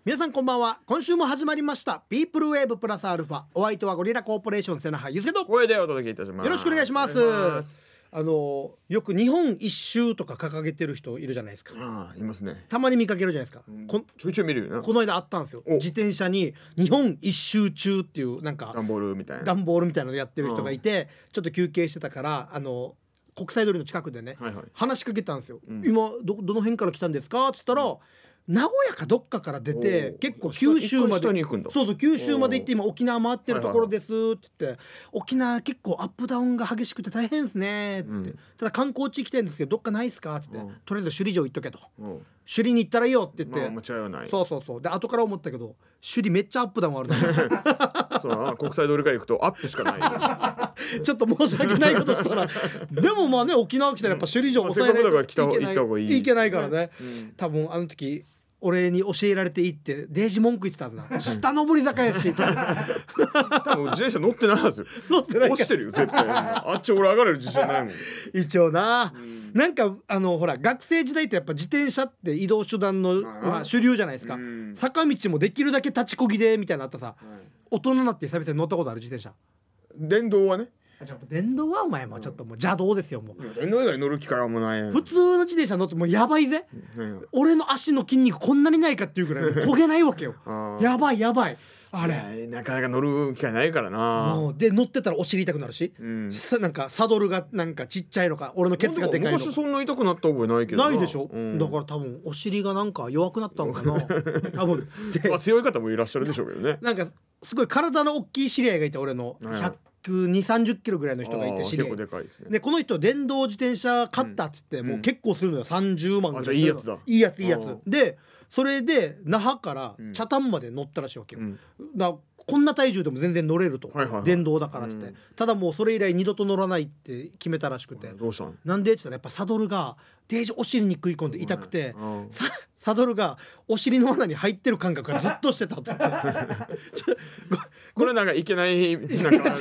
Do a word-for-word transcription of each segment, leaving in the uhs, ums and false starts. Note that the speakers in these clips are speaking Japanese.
皆さんこんばんは。今週も始まりましたピープルウェーブプラスアルファ。お相手はゴリラコーポレーション瀬名ゆずけと声でお届けいたします。 よろしくお願いします。 お願いします。 あのよく日本一周とか掲げてる人いるじゃないですか。 ああ、いますね。 たまに見かけるじゃないですか、 うん、 こちょいちょい見るよな。 この間あったんですよ。自転車に日本一周中っていうなんか段ボールみたいな段ボールみたいなのやってる人がいて、ちょっと休憩してたからあの国際通りの近くでね、 はいはい、 話しかけたんですよ、うん、今 ど, どの辺から来たんですかって言ったら、うん、名古屋かどっかから出て結構九州までそうそう九州まで行って今沖縄回ってるところですって言って、はいはい、沖縄結構アップダウンが激しくて大変ですねって、うん、ただ観光地来てるんですけどどっかないっすかって言って、とりあえず首里城行っとけと、首里に行ったらいいよって言って、 まあ、間違いはない。 そうそうそうで後から思ったけど首里めっちゃアップダウンあるなそうな国際通りから行くとアップしかないちょっと申し訳ないことしたらでもまあね沖縄来たらやっぱ首里城抑えないといけない、うん、いけないからね、うん、多分あの時俺に教えられていいってデージ文句言ってたんだ下上り坂やし多分自転車乗ってないはずよ。 乗ってないか落ちてるよ絶対あっち俺上がれる自信ないもん一応な、うん、なんかあのほら学生時代ってやっぱ自転車って移動手段の、まあ、主流じゃないですか、うん、坂道もできるだけ立ちこぎでみたいなのあったさ、うん、大人になって久々に乗ったことある自転車。 電動はね。 ちょっと電動はお前もちょっともう邪道ですよ。もう電動以外乗る機会はもうない。 普通の自転車乗ってもうやばいぜ、うん、俺の足の筋肉こんなにないかっていうぐらい焦げないわけよやばいやばいあれなかなか乗る機会ないからな。 もうで乗ってたらお尻痛くなるし、うん、なんかサドルがなんかちっちゃいのか俺のケツがでかいのか。 昔そんな痛くなった覚えないけどな。 ないでしょ、うん、だから多分お尻がなんか弱くなったのかな多分で、まあ、強い方もいらっしゃるでしょうけどね。 なんかすごい体の大きい知り合いがいて俺のひゃくにじゅう、さんじゅっキロぐらいの人がいて知り合い。 結構でかいですね。 でこの人電動自転車買ったっつって、うん、もう結構するのよさんじゅうまんぐらい。 あ、じゃあいいやつだ。 いいやついいやつでそれで那覇から北谷まで乗ったらしいわけよ、うん、だこんな体重でも全然乗れると、はいはいはい、電動だからっつって、うん、ただもうそれ以来二度と乗らないって決めたらしくて、 どうしたのなんでって言ったらやっぱサドルがデージお尻に食い込んで痛くて、うん、サドルがお尻の穴に入ってる感覚がずっとしてたっつってこれなんかいけないなんか違う違う違う違う違う違う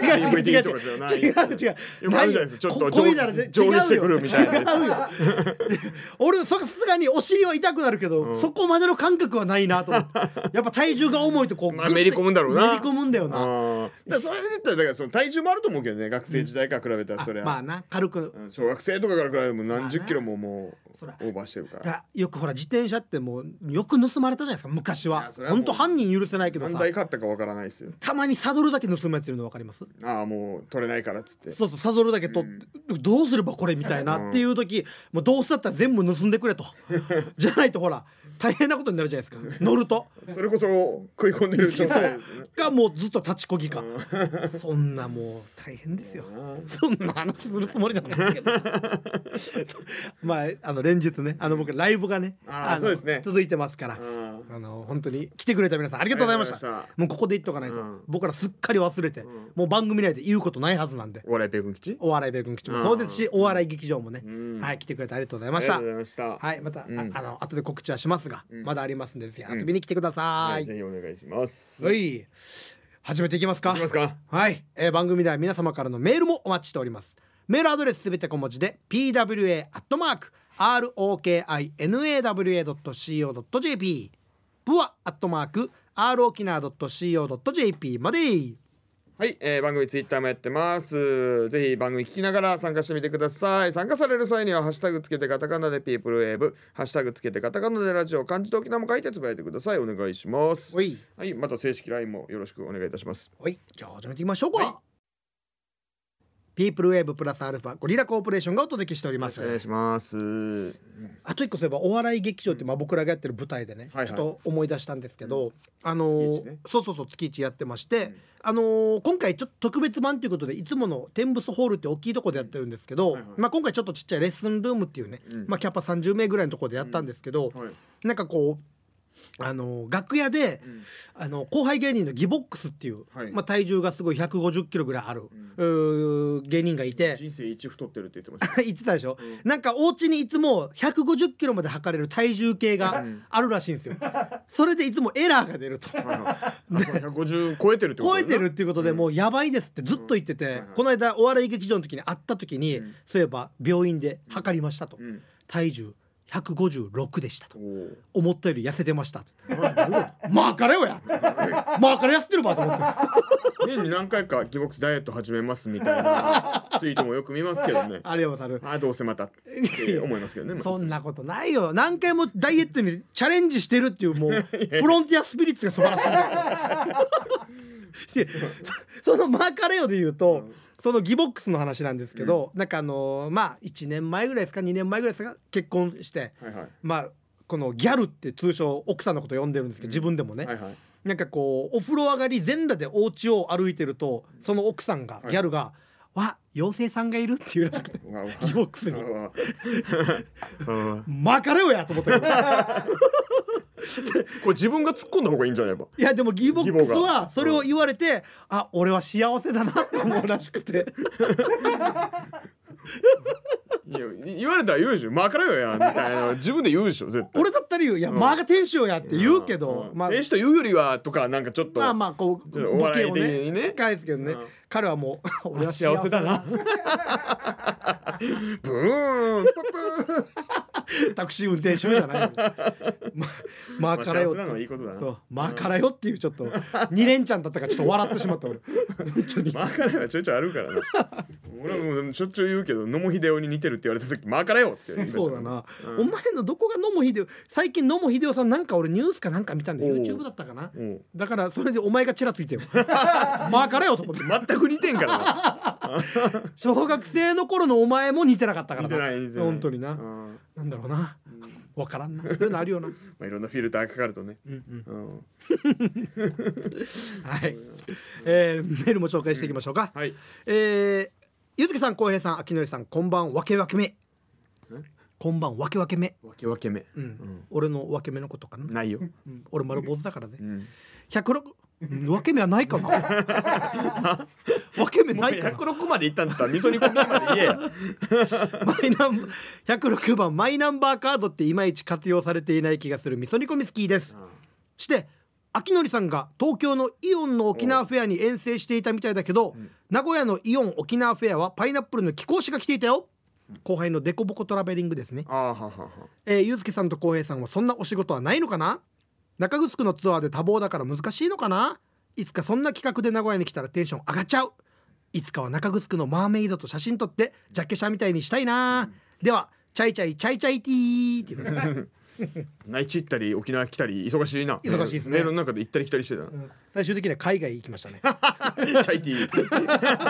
よくあるじゃないですか。ちょっとこいだらで上下してくるみたいな。 違うよ俺さすがにお尻は痛くなるけど、うん、そこまでの感覚はないなと思ってやっぱ体重が重いとこう、 まあ、めり込むんだろうな。 めり込むんだよな。 あだそれで言ったらだからその体重もあると思うけどね学生時代から比べたらそれは、 うん、まあな軽く、 うん、小学生とかから比べても何十キロももうオーバーしてるから。 だよくほら自転車ってもうよく盗まれたじゃないですか昔は。本当犯人許せないけどさ何台買ったかわからないですよ。 たまにサドルだけ盗むやついるの分かります？ ああもう取れないからっつって。 そうそうサドルだけ取って、うん、どうすればこれみたいなっていう時、もうどうせだったら全部盗んでくれとじゃないとほら大変なことになるじゃないですか乗るとそれこそ食い込んでる状態ですねがもうずっと立ちこぎかそんなもう大変ですよそんな話するつもりじゃないけどまああの連日ねあの僕ライブがねああそうですね続いてますからあの本当に来てくれた皆さんありがとうございました。したもうここで言っとかないと、うん、僕らすっかり忘れて、うん、もう番組内で言うことないはずなんで。 お笑い米軍基地お笑い米軍基地もそうですしお笑い劇場もね、うん、はい来てくれてありがとうございました。 ありがとうございました。 はいまた、うん、あ, あの後で告知はしますが、うん、まだありますんでぜひ遊びに来てください、 うんはい、ぜひお願いします。 はい始めていきますか。 いきますか。 はい、えー、番組では皆様からのメールもお待ちしております。メールアドレスすべて小文字で ピーダブリューエー アットマーク アールオーケーアイエヌエーダブリューエー ドット シーオー ドット ジェーピー ブアアットマーク アールオーキナー ドット シーオー ドット ジェーピー まで。 はい、えー、番組ツイッターもやってます。ぜひ番組聞きながら参加してみてください。参加される際にはハッシュタグつけてカタカナでピープルウェーブ、ハッシュタグつけてカタカナでラジオ、漢字と沖縄も書いてつぶやいてください。お願いします。 はい、 はい、また正式 ライン もよろしくお願いいたします。 はい、じゃあ始めていきましょうか。はい、ピープルウェーブプラスアルファゴリラコーポレーションがお届けしております。 お願いします。 あと一個そういえばお笑い劇場って、まあ、僕らがやってる舞台でね、うん、ちょっと思い出したんですけど、うん、あのーね、そうそうそう月一やってまして、うん、あのー、今回ちょっと特別版ということでいつものテンブスホールって大きいところでやってるんですけど、うんはいはい、まあ、今回ちょっとちっちゃいレッスンルームっていうね、うん、まあ、キャパさんじゅうめいぐらいのところでやったんですけど、うんはい、なんかこうあの楽屋で、うん、あの後輩芸人のギボックスっていう、はい、まあ、体重がすごいひゃくごじゅっキロぐらいある、うん、芸人がいて人生一太ってるって言ってました言ってたでしょ、うん、なんかお家にいつもひゃくごじゅっキロまで測れる体重計があるらしいんですよそれでいつもエラーが出るとひゃくごじゅう超えてるってこと超えてるっていうことで、うん、もうやばいですってずっと言ってて、うん、この間お笑い劇場の時に会った時に、うん、そういえば病院で測りましたと、うん、体重ひゃくごじゅうろくでしたと。思ったより痩せてましたマーカレオやマーカレ痩せてるわと思って年に何回かギボックスダイエット始めますみたいなツイートもよく見ますけどねありがとうございます。 あどうせまたって思いますけどねそんなことないよ。何回もダイエットにチャレンジしてるっていうもうフロンティアスピリッツが素晴らしいんですよそのマーカレオで言うと、うんそのギボックスの話なんですけど、うん、なんかあのー、まあいちねんまえぐらいですかにねんまえぐらいですか結婚して、はいはい、まあこのギャルって通称奥さんのこと呼んでるんですけど、うん、自分でもね、はいはい、なんかこうお風呂上がり全裸でお家を歩いてるとその奥さんが、はい、ギャルがわ妖精さんがいるっていうらしくてギボックスにマーカレオやと思ったけどこれ自分が突っ込んだ方がいいんじゃないか。 いやでもギボックスはそれを言われて、うん、あ俺は幸せだなって思うらしくていや言われたら言うでしょマーカレオやみたいな自分で言うでしょ絶対。 俺だったら言ういや、うん、マーが天使よやって言うけど、 うんうんまあ、天使と言うよりはとかなんかちょっとまあまあこうボケをねね返すけどね、うん、彼はもう俺は幸せだなブーンパプータクシー運転手じゃないまマーカレオのいいことだな。 そうマーカレオっていうちょっとに連チャンだったからちょっと笑ってしまった俺本当にマーカレオはちょいちょいあるからな俺はもうしょっちゅう言うけど野茂英雄に似てるって言われた時マーカレオって言いました。 そうだな、うん、お前のどこが野茂英雄最近野茂英雄さんなんか俺ニュースかなんか見たんで YouTube だったかなだからそれでお前がチラついてるマーカレオと思って全く似てんからな小学生の頃のお前も似てなかったからな。 似てない似てない本当にな、うん、なんだろうなわからんなそういうのあるよなまあいろんなフィルターかかるとね、うんうんうん、 はい、えー、メールも紹介していきましょうか、うんはいえー、ゆずきさん、こうへいさん、あきのりさん、こんばんわけわけめこんばんわけわけめわけわけめ、 うんうん、俺のわけめのことかなないよ、 うん、俺丸坊主だからね、うん、ひゃくろくわけめはないかなわけめないかな。 ひゃくろくまで行ったんだったら味噌煮込みまで言えやマイナンひゃくろくばんマイナンバーカードっていまいち活用されていない気がする味噌煮込みスキーです、うん、して秋典さんが東京のイオンの沖縄フェアに遠征していたみたいだけど、うん、名古屋のイオン沖縄フェアはパイナップルの貴公子が来ていたよ、うん、後輩のデコボコトラベリングですね。 あははは、 えー、ゆうすけさんとこうへいさんはそんなお仕事はないのかな。中城のツアーで多忙だから難しいのかな。いつかそんな企画で名古屋に来たらテンション上がっちゃう。いつかは中城のマーメイドと写真撮ってジャケ写みたいにしたいな、うん、ではチャイチャイチャイチャイティーっていう内地行ったり沖縄来たり忙しいな。 忙しいですね。 メールの中で行ったり来たりしてた、うん、 最終的には海外行きましたねチャイティー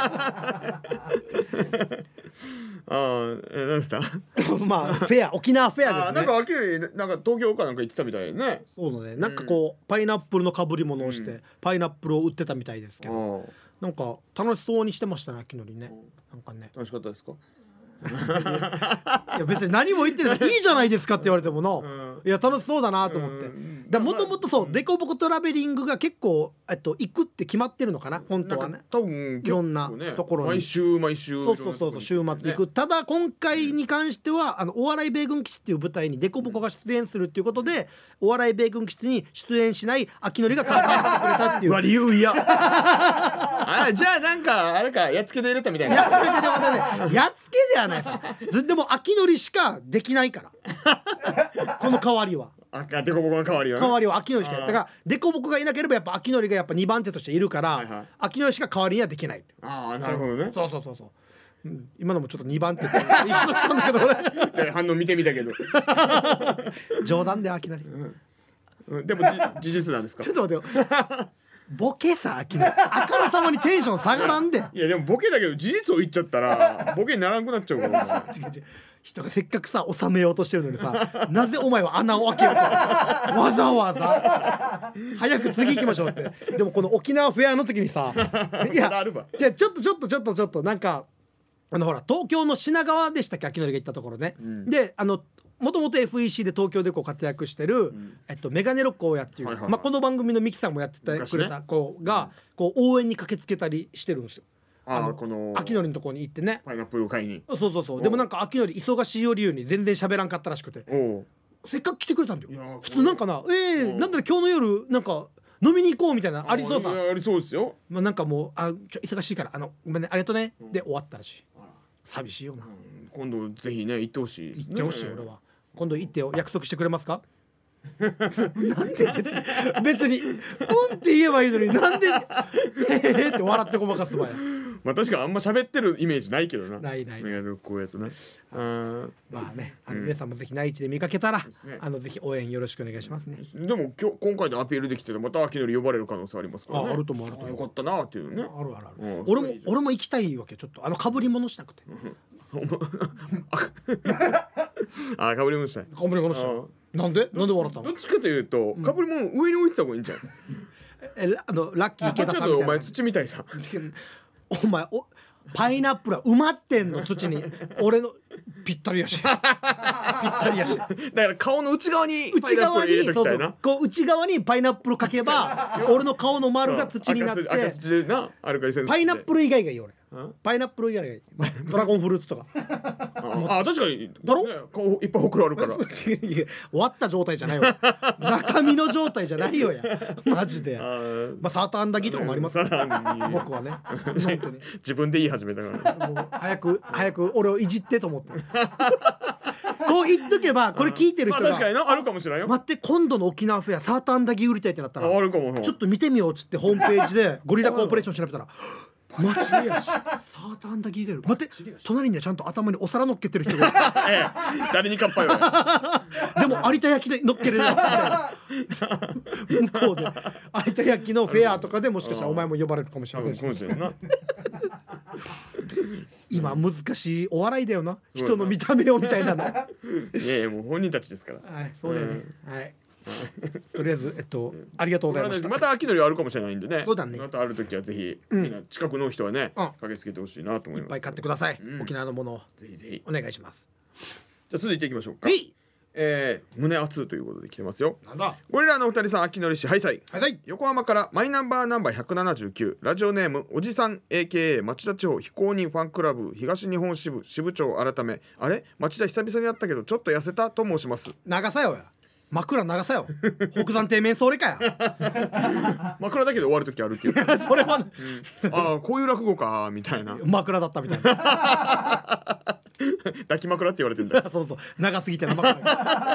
あえなんだまあフェア沖縄フェアですね。 あなんか秋よりなんか東京かなんか行ってたみたいね。 そうだね。なんかこう、うん、パイナップルの被り物をして、うん、パイナップルを売ってたみたいですけど、なんか楽しそうにしてましたね秋のりね。なんかね楽しかったですかいや別に何も言ってないいいじゃないですかって言われてもの、うん、いや楽しそうだなと思ってもともとそう、うん、デコボコトラベリングが結構えっと行くって決まってるのかな本当はね。 多分いろんなところに毎週毎週そうそうそうそう週末行く、ね、ただ今回に関してはあのお笑い米軍基地っていう舞台にデコボコが出演するっていうことでお笑い米軍基地に出演しない秋のりが考えてくれたっていう理由いやあじゃあなんかあれかやっつけで入れたみたいなやっつけではない、やっつけではないでも秋のりしかできないからこの代わりはあデコボコの代わりは、ね、 代わりは秋のりしかだからデコボコがいなければやっぱ秋のりがやっぱにばん手としているから、はいはい、秋のりしか代わりにはできない。 ああなるほどね。 そうそうそうそう、うん、今のもちょっとにばん手って言い方したんだけど俺反応見てみたけど冗談で秋のり、 うんうん、でも事実なんですか。 ちょっと待ってよボケさ秋のりあからさまにテンション下がらんで。 いやでもボケだけど事実を言っちゃったらボケにならなくなっちゃうから違う違う人がせっかくさ収めようとしてるのにさなぜお前は穴を開けようとわざわざ早く次行きましょうって。でもこの沖縄フェアの時にさいやじゃあちょっとちょっとちょっとちょっとなんかあのほら東京の品川でしたっけ秋のりが行ったところね、うん、であのもともと エフイーシー で東京でこう活躍してる、うんえっと、メガネロックをやっていう、はいはいはいまあ、この番組のミキさんもやっててくれた子が、ね、こう応援に駆けつけたりしてるんですよ。 ああこの秋のりのところに行ってねパイナップルを買いに。 そうそうそう。でもなんか秋のり忙しいを理由に全然喋らんかったらしくておせっかく来てくれたんだよ。普通なんかなえー、なんだら今日の夜なんか飲みに行こうみたいなありそうさ。 ありそうですよ。 まあなんかもうあちょ忙しいからあのごめんねありがとうね、うん、で終わったらしい。寂しいよな、うん、 今度ぜひね行ってほしいですね。 行ってほしい俺は。 今度行ってよ、約束してくれますか？なんて別に別にうんって言えばいいのになんでへへへって笑ってごまかす場合。 まあ確かにあんま喋ってるイメージないけどな。 ないないメガネのこうやとな。あまあね、あの皆さんもぜひ内地で見かけたら、ね、あのぜひ応援よろしくお願いしますね。 でも今日今回でアピールできてまた秋のり呼ばれる可能性ありますからね。 あ、あるともあるとも。 よかったなっていうね。 あるあるある。俺も俺も行きたいわけ、ちょっとあの被り物したくて。 あ、被り物したい。 被り物したい。なんでなんで笑ったの？ どっちかというと被り物上に置いてた方がいいんじゃん。 え、あのラッキー池田さんみたいな。 お前土みたいさ。 お前おパイナップルは埋まってんの土に。俺のぴったりやしぴったりやし。だから顔の内側に内側にそうそうこう内側にパイナップルかけば俺の顔の丸が土になって赤土でなアルカリ性の土でパイナップル以外がいい俺。パイナップル以外がいい。ドラゴンフルーツとか。 ああ確かにだろ、 ね、顔いっぱいほくろあるから終わった状態じゃないわ。中身の状態じゃないよやマジで。まあサーターアンダギーとかもありますから僕はね本当に自分で言い始めたからもう早く早く俺をいじってと思ってこう言っとけばこれ聞いてる人が、 まあ、確かになあるかもしれないよ。 待って今度の沖縄フェアサーターアンダギー売りたいってなったらあるかも。 ちょっと見てみようっつってホームページでゴリラコーポレーション調べたらマジでやしサーターアンダギーがいる。待って隣にはちゃんと頭にお皿乗っけてる人がいるええ、誰にかっぱよでも有田焼で乗っけるよみたいな向こうで有田焼のフェアとかでもしかしたらお前も呼ばれるかもしれないし今難しいお笑いだよな、人の見た目をみたいなの。いやいやもう本人たちですから。 はい、そうだよね、うん、はいとりあえず、えっと、ありがとうございました。 また秋のりあるかもしれないんでね。 そうだね。 またある時はぜひ、うん、みんな近くの人はね、うん、駆けつけてほしいなと思います。 いっぱい買ってください、うん、沖縄のものをぜひぜひお願いします。 じゃあ続いていきましょうか。 はい、 えー、胸熱ということで来てますよ。 なんだゴリラのお二人さん、秋のり氏ハイサイ、 ハイサイ。 横浜からマイナンバーナンバーひゃくななじゅうきゅう、ラジオネームおじさん エーケーエー 町田地方非公認ファンクラブ東日本支部支部長改め、あれ町田久々に会ったけどちょっと痩せたと申します。 長さよや枕長さよ北山底面それかや枕だけで終わる時あるっていうそれは、ねうん、ああこういう落語かみたいな枕だったみたいな抱き枕って言われてるんだそうそう長すぎての枕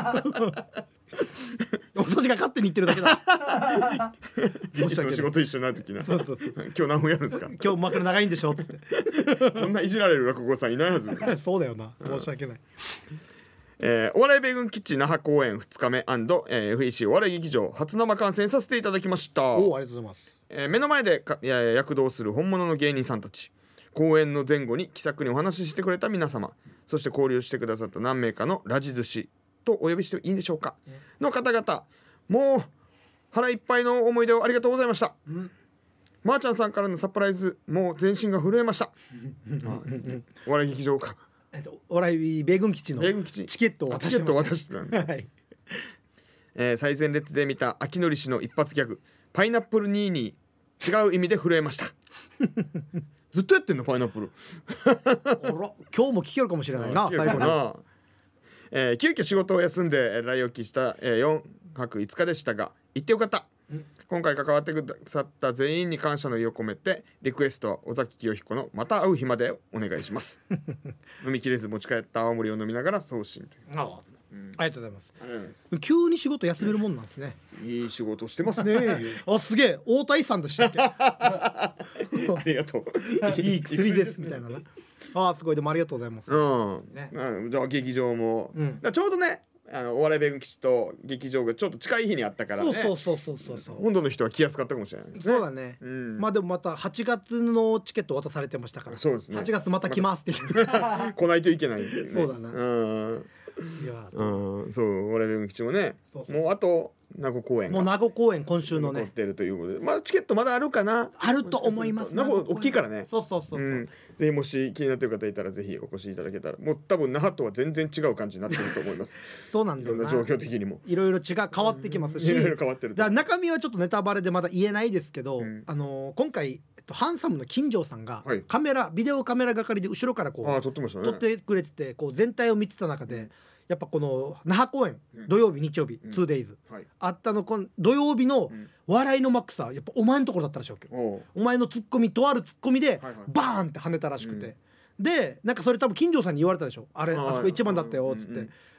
私が勝手に言ってるだけだいつも仕事一緒になる時なそうそうそう今日何分やるんですか今日枕長いんでしょってこんないじられる落語さんいないはずそうだよな申し訳ない。 えー、お笑い米軍基地那覇公演ふつかめ&、えー、エフイーシー お笑い劇場初生観戦させていただきました。 おありがとうございます。 えー、目の前でかいや躍動する本物の芸人さんたち、公演の前後に気さくにお話ししてくれた皆様、そして交流してくださった何名かのラジ寿司とお呼びしていいんでしょうか、うん、の方々、もう腹いっぱいの思い出をありがとうございました、うん、まーちゃんさんからのサプライズ、もう全身が震えましたお笑い劇場かお笑い米軍基地のチケットを渡して渡してたんで、はいえー、最前列で見た秋のり氏の一発ギャグパイナップルニーニー、違う意味で震えましたずっとやってんのパイナップルあら今日も聞けるかもしれないな最後に、 えー、急遽仕事を休んで来沖した、えー、よんはくいつかでしたが行ってよかった。今回関わってくださった全員に感謝の意を込めてリクエストは尾崎清彦のまた会う日までをお願いします飲みきれず持ち帰った青森を飲みながら送信。 ああ、うん、ありがとうございます。ありがとうございます。急に仕事休めるもんなんですね。 いい仕事してますねあ、すげえ大田井さんでしたっけありがとういい薬ですみたいななあ、すごい、でもありがとうございます、 うんね、じゃあ劇場も、うん、ちょうどねあのお笑い米軍基地と劇場がちょっと近い日にあったからね。 そうそうそうそうそう。 本土の人は来やすかったかもしれないですね。 そうだね、うん、まあでもまたはちがつのチケット渡されてましたから。 そうですね。 はちがつまた来ますって来ないといけないんで、ね、 そうだな。 うんいやうん、そうお笑い米軍基地もね、そうそうもうあと名護公演もう名護公演今週のね残ってるということで、まあチケットまだあるかな。 あると思います。 名護大きいからね。 そうそうそうそう、うん、 ぜひもし気になっている方いたらぜひお越しいただけたら、もう多分那覇とは全然違う感じになってると思いますそうなんだよな、 いろんな状況的にもいろいろ違う変わってきますし、 いろいろ変わってる。 だから中身はちょっとネタバレでまだ言えないですけど、うん、あのー、今回、えっと、ハンサムの金城さんがカメラ、はい、ビデオカメラ係で後ろからこうあ撮ってましたね、 撮ってくれてて、こう全体を見てた中で、うんやっぱこの那覇公演、うん、土曜日日曜日、うん、ツーデイズ、はい、あったのこん土曜日の笑いのマックスはやっぱお前のところだったらしいわけよ。お前のツッコミとあるツッコミで、はいはい、バーンって跳ねたらしくて、うん、でなんかそれ多分金城さんに言われたでしょ、あれあそこ一番だったよっつって、うんうん、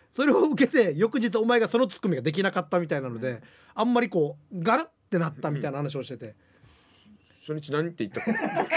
それを受けて翌日お前がそのツッコミができなかったみたいなので、あんまりこうガラッってなったみたいな話をしてて、 初日何って言ったか覚えてない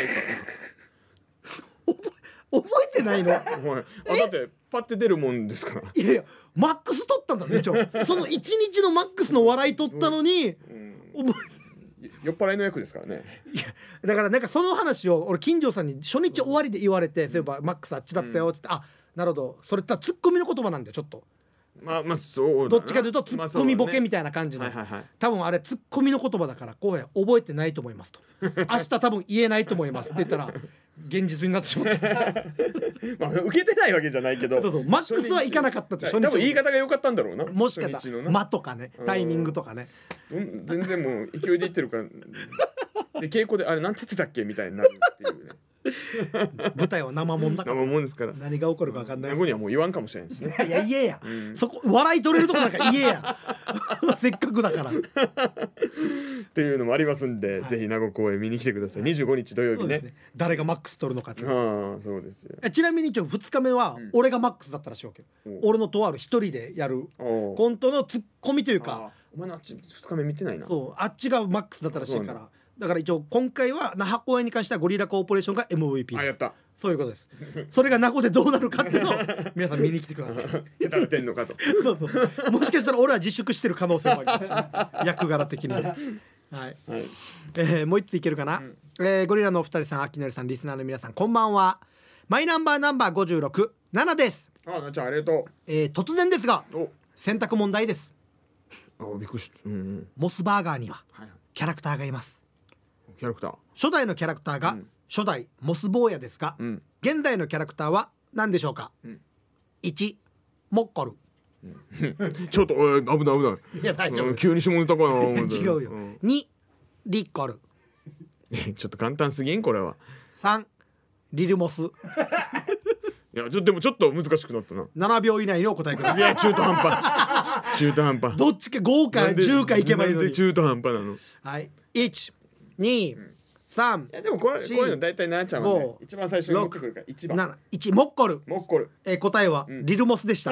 です覚えてないの？ からね。お前あだってパッて出るもんですから。 いやいやマックス取ったんだね、一応その一日のマックスの笑い取ったのに、 うん、 覚え酔っ払いの役ですからね。 いやだからなんかその話を俺金城さんに初日終わりで言われて、うん、そういえばマックスあっちだったよって言って、うん、あなるほど、それってツッコミの言葉なんだよちょっと。 まあまあそうどっちかというとツッコミボケみたいな感じの、 まあそうね、はいはいはい、 多分あれツッコミの言葉だからこうや覚えてないと思いますと明日多分言えないと思いますって言ったら現実になってしまったまあ受けてないわけじゃないけど、 そうそうマックスはいかなかったって初日多分言い方が良かったんだろうな、 もしかしたら間とかねタイミングとかね、 全然もう勢いで言ってるからで稽古であれなんて言ってたっけみたいになるっていうね舞台は生もんだから生もんですから何が起こるか分かんない。 孫にはもう言わんかもしれないですね。 いや言えや、 うん、 そこ笑い取れるとこなんか言えやせっかくだからっていうのもありますんで、はい、ぜひ名護公演見に来てください。にじゅうごにち土曜日 ね, ね誰がマックス取るのかって。 ああそうですよ。 ちなみにふつかめは俺がマックスだったらしいわけ、うん、俺のとある一人でやるコントのツッコミというか、 お前のあっちふつかめ見てないな。 そうあっちがマックスだったらしいから、だから一応今回は那覇公演に関してはゴリラコーポレーションが エムブイピー です。 あやった。 そういうことです。それが名護でどうなるかっていうのを皆さん見に来てください。 下手れてんのかとそうそうもしかしたら俺は自粛してる可能性もあります、ね、役柄的にね。はい、はい、えー、もう一ついけるかな、うん、えー、ゴリラのお二人さん、あきなりさん、リスナーの皆さんこんばんは。マイナンバーナンバーごじゅうろく、ななです。 あなちゃんありがとう。 えー、突然ですが選択問題です。 あびっくりした、うんうん、 モスバーガーにはキャラクターがいます。 キャラクター初代のキャラクターが初代モス坊やですが、うん、現在のキャラクターは何でしょうか。うん、いちモッコルちょっとおい危ない危ないいや大丈夫、 急に下ネタかな違うよ、うん、にリッコルちょっと簡単すぎんこれは。 さんリルモスいやちょでもちょっと難しくなったな。 ななびょう以内にお答えください。 いや中途半端中途半端どっちかごかじゅうかいけばいいのに。 なんで中途半端なの。 はい、いちにさん、 いやでもこれこういうの大体なっちゃうもんね。一番最初に持ってくるからいちばんなないちモッコルモッコル、 えー、答えは、うん、リルモスでした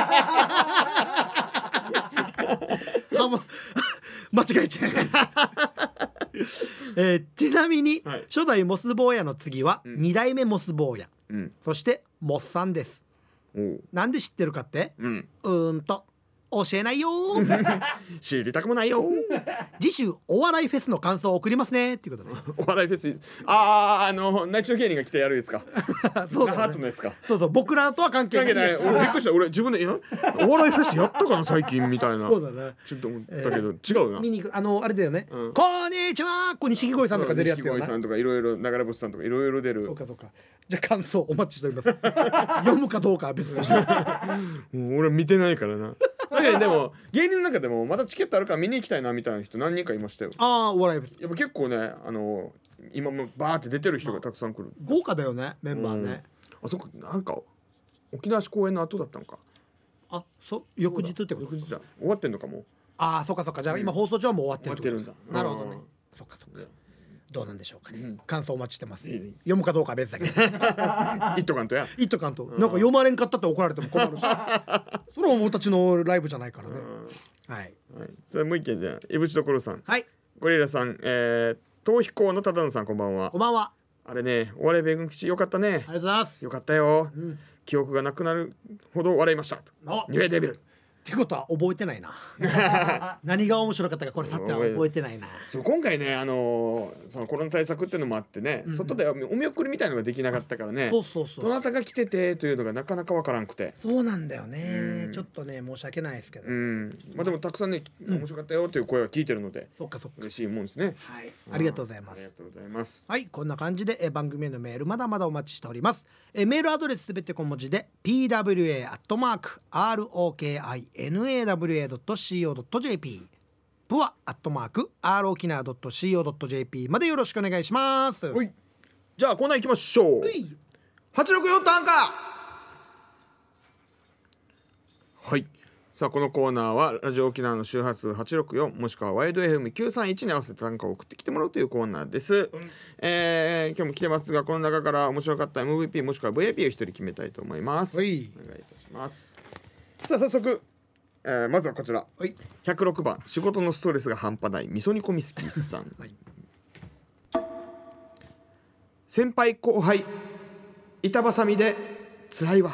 間違えちゃうえー、ちなみに、はい、初代モス坊やの次は、うん、にだいめモス坊や、うん、そしてモスさんです。なんで知ってるかって、うん、うーんと教えないよ知りたくもないよ次週お笑いフェスの感想を送りますねっていうことでお笑いフェスあああの内地の芸人が来てやるやつかそうだ、ね、 ハートのやつか。 そうそう僕らとは関係ない。 関係ない俺びっくりした。俺自分でいやお笑いフェスやったかな最近みたいなそうだねちょっと思ったけど、えー、違うな。 見に行くあのあれだよね、うん、こんにちはこう錦鯉さんとか出るやつよな。 錦鯉さんとかいろいろ流れ星さんとかいろいろ出る。 そうかそうか。じゃあ感想お待ちしております読むかどうかは別としてもう俺見てないからなでも芸人の中でもまたチケットあるから見に行きたいなみたいな人何人かいましたよ。 ああお笑いフェスやっぱ結構ねあの今もバーって出てる人がたくさん来る。 豪華だよねメンバーね。 あそこなんか沖縄市公演の後だったのか。 あそ翌日ってこと。 翌日だ終わってんのかも。 ああそっかそっか。じゃあ今放送中はもう終わってるって終わってるんだ。なるほどね。そっかそっか。どうなんでしょうかね、うん、感想お待ちしてます。読むかどうかは別だけど一斗関東や一斗関東なんか読まれんかったって怒られても困るしそれは俺たちのライブじゃないからね。はい、 はい、それもう一件じゃいぶちどころさん。 はい、 ゴリラさん、えー、逃避行の忠野さんこんばんは。 こんばんは。 あれねお笑い米軍基地よかったね。ありがとうございます。 よかったよ、うん、記憶がなくなるほど笑いました。ニューデビルってことは覚えてないな何が面白かったかこれさては覚えてないな。 そう今回ねあのー、そのコロナ対策っていうのもあってね、うんうん、外でお見送りみたいのができなかったからね。 そうそうそう。 どなたが来ててというのがなかなかわからんくて。 そうなんだよね、うん、ちょっとね申し訳ないですけど、うん、 まあでもたくさんね面白かったよという声は聞いてるので、うん、 そっかそっか嬉しいもんですね。 はい、ありがとうございます。 ありがとうございます。 はいこんな感じでえ番組へのメールまだまだお待ちしております。えメールアドレスすべて小文字で ピーダブリューエー アットマーク アールオーケーアイエヌエーダブリューエー ドットシーオー ドット ジェーピー プアアットマーク アールオーキナー ドットシーオー ドット ジェーピー までよろしくお願いします。 はいじゃあコーナー行きましょう。はちろくよん短歌。はいさあこのコーナーはラジオ沖縄の周波数はちろくよんもしくはワイド エフエムきゅうさんいちに合わせて短歌を送ってきてもらうというコーナーです、うんえー、今日も来てますがこの中から面白かった エムブイピー もしくは ブイアイピー を一人決めたいと思います。 はいお願いいたします。 さあ早速、えー、まずはこちら、 はい、 ひゃくろくばん仕事のストレスが半端ない味噌煮込みスキーさん、はい、先輩後輩板挟みで辛いわ。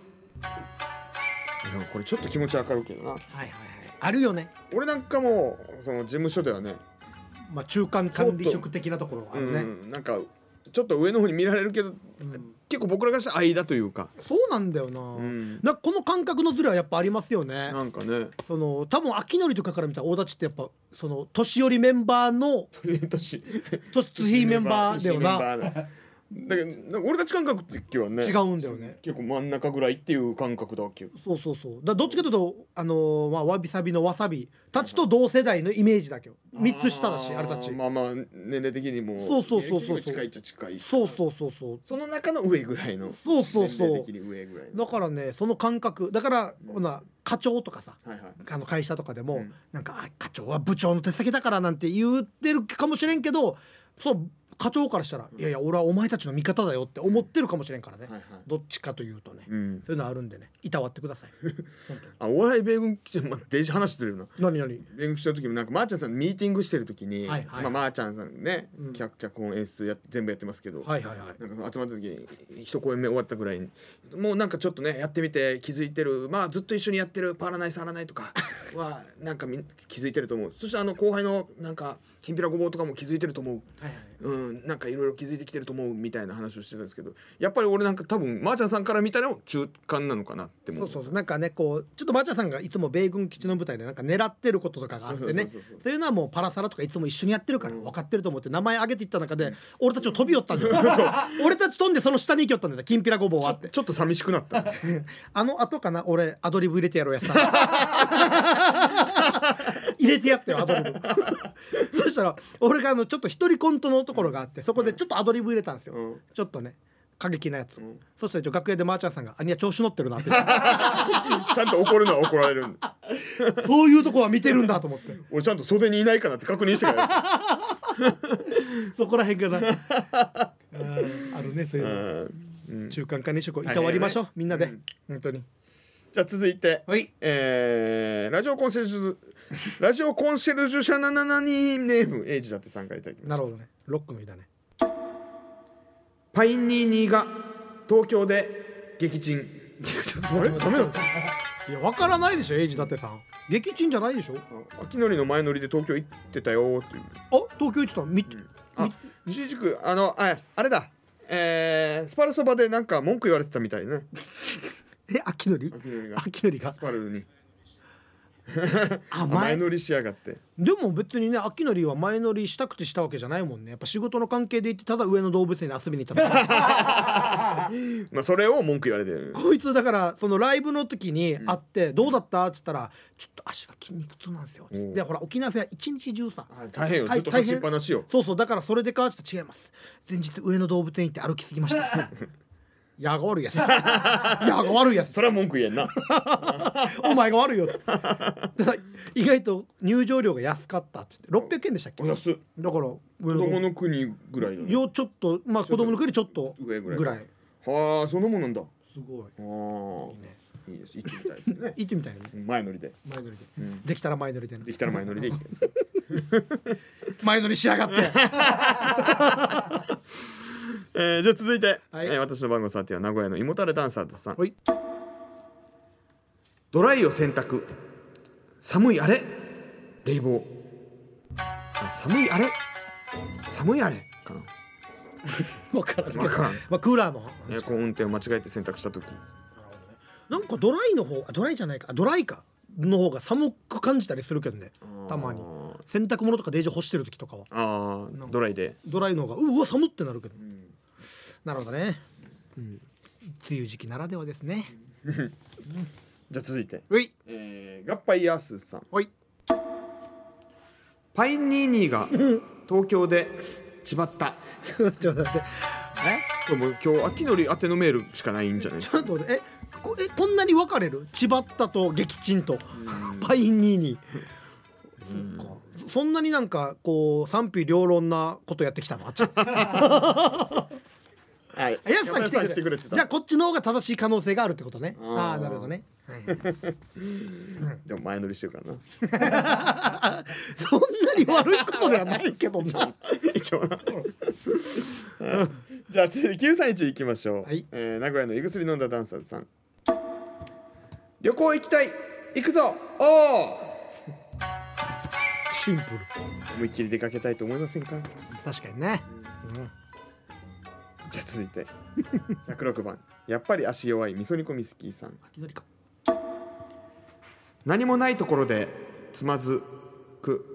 でもこれちょっと気持ちわかるけどな。はいはいはい、 あるよね。 俺なんかもその事務所ではね、 まあ中間管理職的なところがあるね、うん、なんかちょっと上の方に見られるけど、うん、結構僕らがした間というか、 そうなんだよな、うん、なこの感覚のズレはやっぱありますよね。 なんかね、 その多分秋のりとかから見たら大立ちってやっぱその年寄りメンバーの年年メンバーだよな。 だけど俺たち感覚って今日はね違うんだよね。 結構真ん中ぐらいっていう感覚だわけよ。 そうそうそう。だどっちかというとあのー、まあわびさびのわさびたちと同世代のイメージだけど、みっつ下だしあれたち。 まあまあ年齢的にもそうそうそうそう近いっちゃ近い。 そうそうそうそう。 その中の上ぐらいの。 そうそうそう。 年齢的に上ぐらいの。 だからねその感覚だからほな課長とかさ、 はいはい、 あの会社とかでも、うん、なんか課長は部長の手先だからなんて言ってるかもしれんけど、そう課長からしたら、うん、いやいや俺はお前たちの味方だよって思ってるかもしれんからね、はいはい、どっちかというとね、うん、そういうのあるんでねいたわってください。 あお笑い米軍基地、まあ、デージ話してるよな。 何何米軍基地の時もなんかまーちゃんさんミーティングしてる時に、はいはい、まあ、まーちゃんさんね、うん、脚脚本演出や全部やってますけど、はいはいはい、なんか集まった時に一公演目終わったぐらいにもうなんかちょっとねやってみて気づいてる、まあずっと一緒にやってるパラないサラないとかはなんか気づいてると思う。そしてあの後輩のなんかきんぴらごぼうとかも気づいてると思う、はいはい、うんなんかいろいろ気づいてきてると思うみたいな話をしてたんですけど、やっぱり俺なんか多分まーちゃんさんから見たら中間なのかなって思う。 そうそうなんかねこうちょっとまーちゃんさんがいつも米軍基地の舞台でなんか狙ってることとかがあってね、そういうのはもうパラサラとかいつも一緒にやってるから分かってると思って名前挙げていった中で、うん、俺たちを飛び寄ったんだよ。俺たち飛んでその下に行きよったんだよきんぴらごぼうはって。 ちょっと寂しくなった。 あの後かな俺アドリブ入れてやろうやった入れてやったよアドリブ。そしたら俺があのちょっと一人コントのところがあってそこでちょっとアドリブ入れたんですよ、うん、ちょっとね過激なやつ、うん、そしたら楽屋でまーちゃんさんが「あには調子乗ってるな」ってちゃんと怒るのは怒られるんだ。 そういうとこは見てるんだと思って俺ちゃんと袖にいないかなって確認してからそこらへんかな。あ, あるねそういうの、うん、中間管理職をいたわりましょう、はいはいはい、みんなで、うん、本当に。 じゃあ続いて、 はいえー、ラジオコンシェルジュラジオコンシェルジュ社なななにネームエイジだって参加いただきました。 なるほどねロックの日だね。 パインニーニーが東京で撃沈。あれダメだった。 いや分からないでしょエイジだってさん撃沈じゃないでしょ。 秋のりの前乗りで東京行ってたよっていう。 あ東京行ってたみ、うん、 あ一時区あのああれだえー、スパルそばでなんか文句言われてたみたいね。 え秋のり秋のりがスパルにあ前乗りしやがって。 でも別にね秋のりは前乗りしたくてしたわけじゃないもんね。やっぱ仕事の関係で行ってただ上野動物園に遊びに行ったまあそれを文句言われてる。 こいつだからそのライブの時に会ってどうだったっつったらちょっと足が筋肉痛なんですよ。でほら沖縄フェア一日中さ大変よずっと立ちっぱなしよ。 そうそうだからそれでかって違います前日上野動物園行って歩きすぎましたやが悪いやつやが悪いやつそれは文句言えんなお前が悪いよ意外と入場料が安かったってろっぴゃくえんでしたっけ。 安だから子供の国ぐらいのよちょっとまあ子供の国ちょっと上ぐらいぐらい。 はあそんなもんなんだ。 すごい。 ああいいねいいです行ってみたいですね行ってみたいね前乗りで前乗りで、うん、できたら前乗りでできたら前乗りで行って前乗りしやがってえー、じゃあ続いて、はいえー、私の番号さては名古屋の胃もたれダンサーズさん、はい、ドライを選択寒いあれ冷房寒いあれ寒いあれかな分からん分からん、 まあ、クーラーのエアコン運転を間違えて選択した時なんかドライの方ドライじゃないかドライかの方が寒く感じたりするけどねたまに洗濯物とかデージ干してる時とかはあドライでドライの方がうわ寒ってなるけど、うん、なるほどね、うん、梅雨時期ならではですね、うん、 じゃあ続いてうい、 えー、ガッパイヤースさんはいパインニーニーが東京でちばったちょっと待ってえでも今日秋のり宛てのメールしかないんじゃないちょっと待ってえこえこんなに分かれるちばったと撃沈とパインニーニーそっかそんなになんかこう賛否両論なことやってきたのあっちはい、 やすさん来てくれ、来てくれてた。じゃあこっちの方が正しい可能性があるってことね。ああなるほどね、はい、 でも前乗りしてるからなそんなに悪いことではないけどな一応なじゃあ次きゅうさんいちいきましょう、はい、えー、名古屋の胃薬飲んだダンサーズさん。旅行行きたい、行くぞ、おーシンプル。 思いっきり出かけたいと思いませんか。 確かにね、うん、 じゃあ続いてひゃくろくばん、やっぱり足弱い味噌煮込みスキーさん。何もないところでつまずく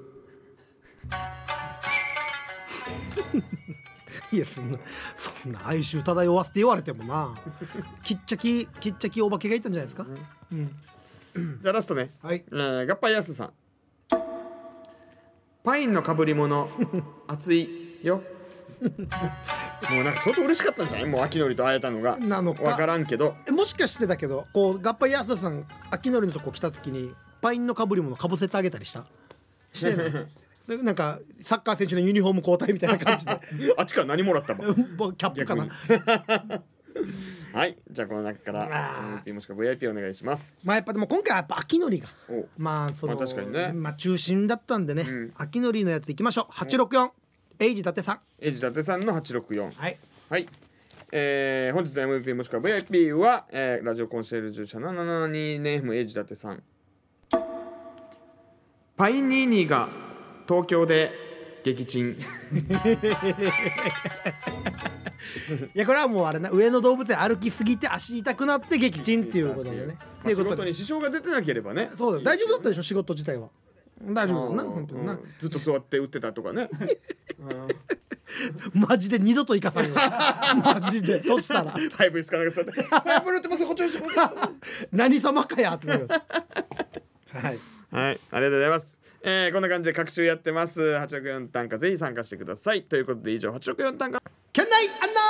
いやそんなそんな哀愁漂わせて言われてもなきっちゃききっちゃきお化けがいたんじゃないですか、うんうん、じゃあラストね、 はい、 えー、ガッパイヤスさん。パインのかぶり物熱いよもうなんか相当嬉しかったんじゃない、もう秋のりと会えたのがなのか分からんけど、 もしかしてだけどこうガッパイヤスさん秋のりのとこ来た時にパインのかぶり物かぶせてあげたりしたしてないなんかサッカー選手のユニフォーム交代みたいな感じであっちから何もらったのキャップかなはい、じゃあこの中から エムブイピー もしくは ブイアイピー お願いします。 まあやっぱでも今回はやっぱ秋のりがまあその、 まあ、確かにね、 まあ中心だったんでね、うん、秋のりのやついきましょう。はちろくよんエイジ伊達さん、 エイジ伊達さんのはちろくよん、 はい、 はい、えー、本日の エムブイピー もしくは ブイアイピー は、えー、ラジオコンシェルジュ社ななななにネームエイジ伊達さん。パインニーニーが東京で撃沈いやこれはもうあれな、上野動物園歩きすぎて足痛くなって撃沈っていうことでね、 まあ、仕事に支障が出てなければね、 そうだ、大丈夫だったでしょ仕事自体は。大丈夫だな本当にな、うん、 ずっと座って打ってたとかねマジで二度と行かさんよマジでそしたらファイブイスかなんか座って「ブルーってますこっちです」 何様かやってなるはい、 はい、ありがとうございます。えー、こんな感じで各週やってます。はちろくよん短歌ぜひ参加してくださいということで、以上はちろくよん短歌県内案内。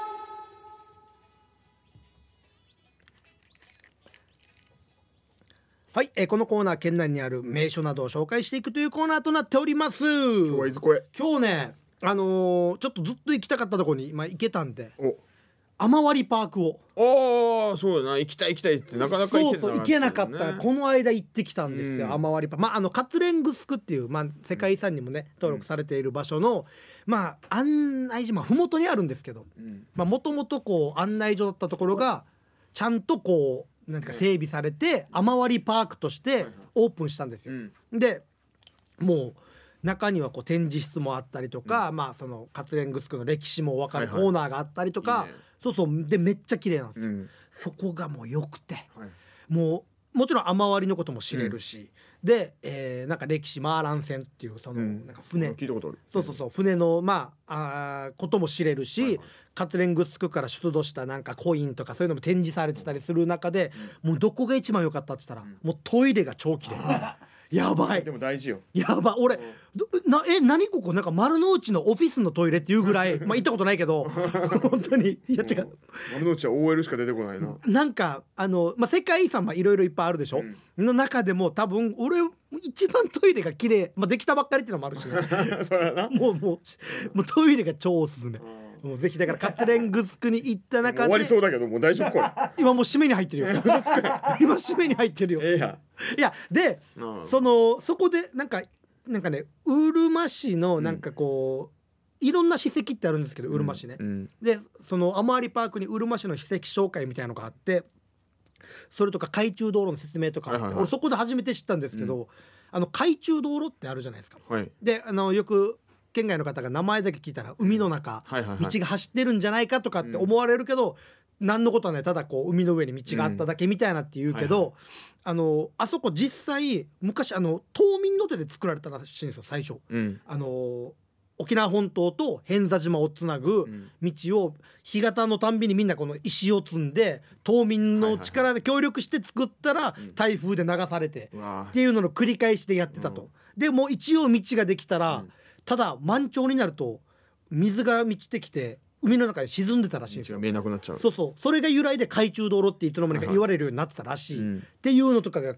はい、えー、このコーナー県内にある名所などを紹介していくというコーナーとなっております。 今日はいずこへ。 今日ね、あのー、ちょっとずっと行きたかったところに今行けたんで、 お雨割パークを、 ああそうだな、行きたい行きたいってなかなか行けなかった、ね、 そうそう行けなかった。この間行ってきたんですよ、うん、雨割パーク、まあ、あのカツレングスクっていう、まあ、世界遺産にもね、うん、登録されている場所の、まあ、案内所、まあ、麓にあるんですけど、もともとこう案内所だったところがちゃんとこうなんか整備されて雨割パークとしてオープンしたんですよ、うん、でもう中にはこう展示室もあったりとか、うん、まあそのカツレングスクの歴史も分かるコーナーがあったりとか、はいはい、いいね、そうそうでめっちゃ綺麗なんですよ、うん、そこがもう良くて、はい、もうもちろん雨割りのことも知れるし、うん、で、えー、なんか歴史マーラン船っていうその、うん、なんか船、 聞いたことある、 そうそうそう船のまあ、あことも知れるし、はいはい、カツレングスクから出土したなんかコインとかそういうのも展示されてたりする中で、うん、もうどこが一番良かったって言ったら、うん、もうトイレが超綺麗やばい、 でも大事よ、 やばい俺なえ何ここなんか丸の内のオフィスのトイレっていうぐらいまあ行ったことないけど本当にいや違う、 丸の内は オーエル しか出てこないな。 なんかあの、まあ、世界遺産いろいろいっぱいあるでしょ、うん、の中でも多分俺一番トイレが綺麗、まあ、できたばっかりっていうのもあるし、ね、 それはなもうもうもうトイレが超おすすめ。もうぜひだからカツレングスクに行った中で終わりそうだけどもう大丈夫これ今もう締めに入ってるよ今締めに入ってるよ、 ええやいやで、うん、そのそこでなんかなんかねうるま市のなんかこう、うん、いろんな史跡ってあるんですけどうるま市ね、うんうん、でその雨割パークにうるま市の史跡紹介みたいなのがあって、それとか海中道路の説明とか、はいはいはい、俺そこで初めて知ったんですけど、うん、あの海中道路ってあるじゃないですか、はい、であのよく県外の方が名前だけ聞いたら海の中、うんはいはいはい、道が走ってるんじゃないかとかって思われるけど、うん、何のことはない、ただこう海の上に道があっただけみたいなって言うけど、うんはいはい、あのあそこ実際昔あの島民の手で作られたらしいんですよ最初、うん、あの沖縄本島と偏座島をつなぐ道を干潟のたんびにみんなこの石を積んで島民の力で協力して作ったら台風で流されてっていうのの繰り返しでやってたと。でもう一応道ができたら、ただ満潮になると水が満ちてきて海の中に沈んでたらしいんですよ。 見えなくなっちゃう。 そうそう、それが由来で海中道路っていつの間にか言われるようになってたらしい、うん、っていうのとかがこう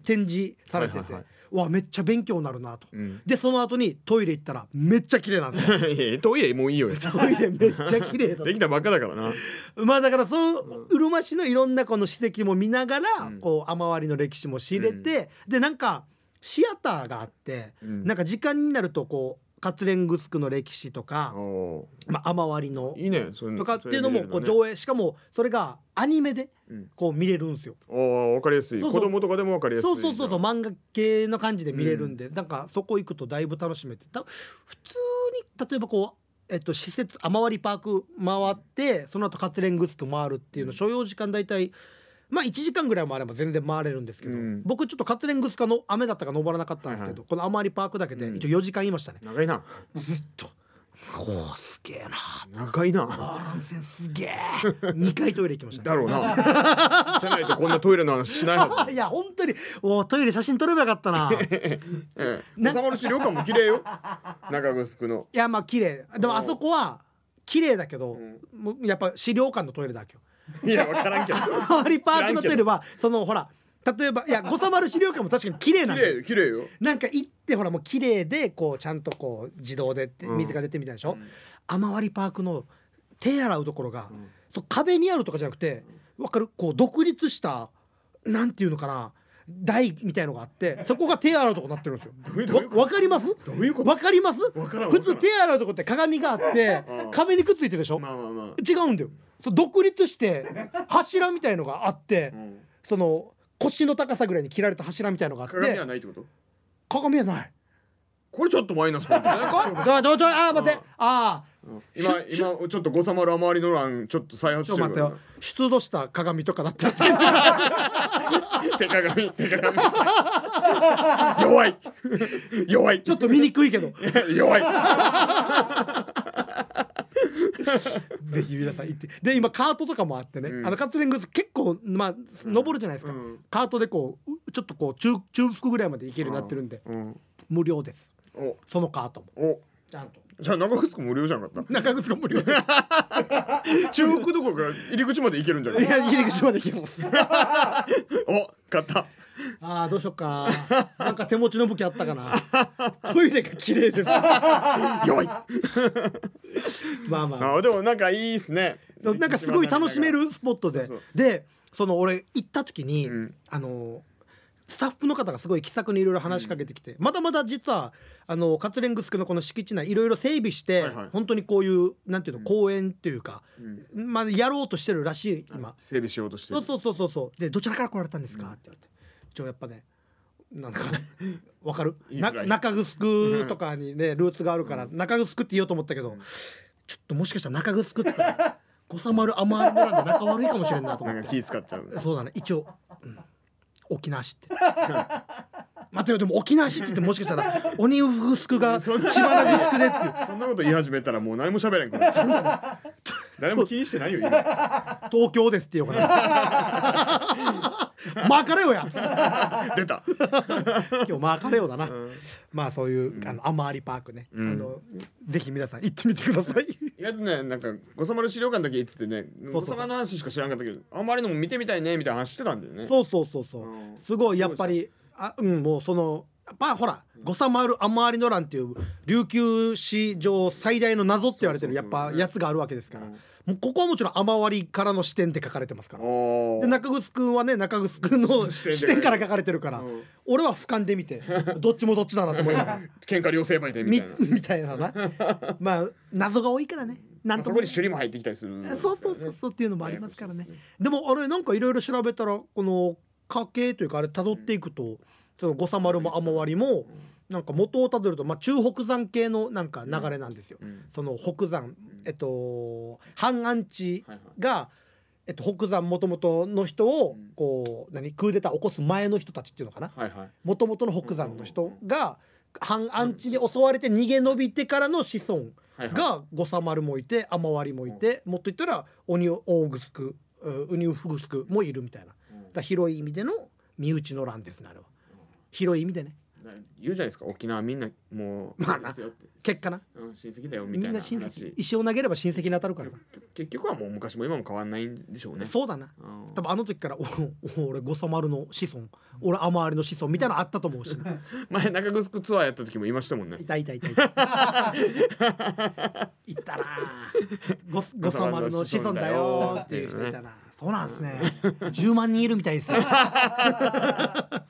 展示されてて、はいはいはい、わめっちゃ勉強になるなと、 うん、 でその後にトイレ行ったらめっちゃ綺麗なんですよいやトイレもういいよトイレめっちゃ綺麗だできたばっかだからな。 まあだからそう、うるま市のいろんなこの史跡も見ながら、うん、こう雨割りの歴史も知れて、うん、でなんかシアターがあって、うん、なんか時間になるとこう活連グスクの歴史とか、まあ、雨割りのいいねそういうのとかっていうのもこう上映、しかもそれがアニメでこう見れるんですよ。 ああ分かりやすい。そうそう子供とかでも分かりやすい。 そうそうそうそう漫画系の感じで見れるんで、うん、なんかそこ行くとだいぶ楽しめて、た普通に例えばこう、えっと、施設雨割りパーク回ってその後活連グスク回るっていうの所要時間だいたいまあいちじかんぐらいもあれば全然回れるんですけど、うん、僕ちょっと活連グスカの雨だったか登らなかったんですけど、はいはい、この雨割りパークだけで一応よじかんいましたね、 うん、長いなずっとおーすげえな長いなあー乱線すげえにかいトイレ行きましたねだろうなじゃないとこんなトイレの話しないはずいや本当におトイレ写真撮ればよかったなええ収まる資料館も綺麗よ中城の。 いやまあ綺麗でもあそこは綺麗だけど、うん、やっぱ資料館のトイレだけどいや分からんけど雨割りパークのトイレはそのほら例えばいや五三丸資料館も確かに綺麗なんだよ。 綺麗よ。 なんか行ってほらもう綺麗でこうちゃんとこう自動で水が出てみたいでしょ、うん、雨割りパークの手洗うところが、うん、そう壁にあるとかじゃなくて分かるこう独立したなんていうのかな台みたいのがあってそこが手洗うとこになってるんですよ。どういうどういうこと？わかります？ どういうこと？ わかります？ わからん。 普通手洗うとこって鏡があって壁にくっついてるでしょ、まあまあまあ、違うんだよ。そう独立して柱みたいのがあって、うん、その腰の高さぐらいに切られた柱みたいのがあって鏡はないってこと？ 鏡はない。 これちょっとマイナスポイントじゃないか？ ちょちょちょあー待ってあー今今ちょっとごさまる雨割りの欄ちょっと再発してるから。ちょっと待ってよ出土した鏡とかだったら手鏡手鏡弱い弱いちょっと見にくいけど弱いぜひ皆さん行ってで今カートとかもあってね、うん、あのカツレングス結構まあ登るじゃないですか、うん、カートでこうちょっとこう 中, 中腹ぐらいまで行けるようになってるんで、うん、無料です。おそのカートもおちゃんとじゃあ中城無料じゃなかった？ 中城無料です中腹どころか入り口まで行けるんじゃない？ いや入り口まで行けますお買ったあーどうしよっかななんか手持ちの武器あったかなトイレが綺麗です弱いまあまああでもなんかいいっすね。 なんかすごい楽しめるスポットでそうそうでその俺行った時に、うん、あのスタッフの方がすごい気さくにいろいろ話しかけてきて、うん、まだまだ実はあのカツレングスクのこの敷地内いろいろ整備して、はいはい、本当にこういうなんていうの、うん、公園っていうか、うん、まあやろうとしてるらしい今整備しようとしてる。 そうそうそうそうでどちらから来られたんですか、うん、って言われて一応やっぱねなんかわかるな中城とかにねルーツがあるから、うん、中城って言おうと思ったけど、うん、ちょっともしかしたら中城って言ったらごさまる雨割りなんで仲悪いかもしれんなと思ってなんか気使っちゃう。 そうだね一応、うん沖縄市って待てよでも沖縄市って言ってもしかしたら鬼ウフスクが千葉なグスクでってそんなこと言い始めたらもう何も喋れんから誰も気にしてないよ今東京ですって言おうかなマーカレオや出た今日マーカレオだな、うん、まあそういう、うん、あの雨割りパークね、うん、あのぜひ皆さん行ってみてください。 いやねなんかごさまる資料館だけ行っててねごさまの話しか知らんかったけどあんまりのも見てみたいねみたいな話してたんだよね。 そうそうそうそう、うん、すごいやっぱりあうんもうそのやっぱほらごさまる雨割りの乱っていう琉球史上最大の謎って言われてるやっぱやつがあるわけですから、うん、もうここはもちろん雨割りからの視点で書かれてますから。で中城くんはね中城くんの視点から書かれてるから、うん、俺は俯瞰で見てどっちもどっちだなと思いながら喧嘩両成敗でみたいなみたいななまあ謎が多いからねなんともそこに首里も入ってきたりする、 ね、そうそうそうそうっていうのもありますからね。でもあれなんかいろいろ調べたらこの家系というかあれ辿っていくと、うん、そのごさまるも雨割りもなんか元をたどると、まあ、中北山系のなんか流れなんですよ、うん、その北山、えっと半安地が、はいはい、えっと、北山もともとの人をこう何クーデター起こす前の人たちっていうのかなもともとの北山の人が半安地に襲われて逃げ延びてからの子孫がごさまるもいて雨割りもいて、もっと言ったら鬼オーグスクウニウフグスクもいるみたいな、だ広い意味での身内の乱ですねあれは広い意味でね。 言うじゃないですか、沖縄みんなもうまあな結果な、 うん、親戚だよみたいな話。みんな親戚、 石を投げれば親戚に当たるからな。 結局はもう昔も今も変わんないんでしょうね。 そうだな、多分あの時からお俺五サ丸の子孫、俺雨割りの子孫みたいなのあったと思うしな前中城ツアーやった時もいましたもんね。 いたいたいたいたいったな五五サ丸の子孫だよっていう人いたな。そうなんですね。じゅうまんにんいるみたいですよ。はい、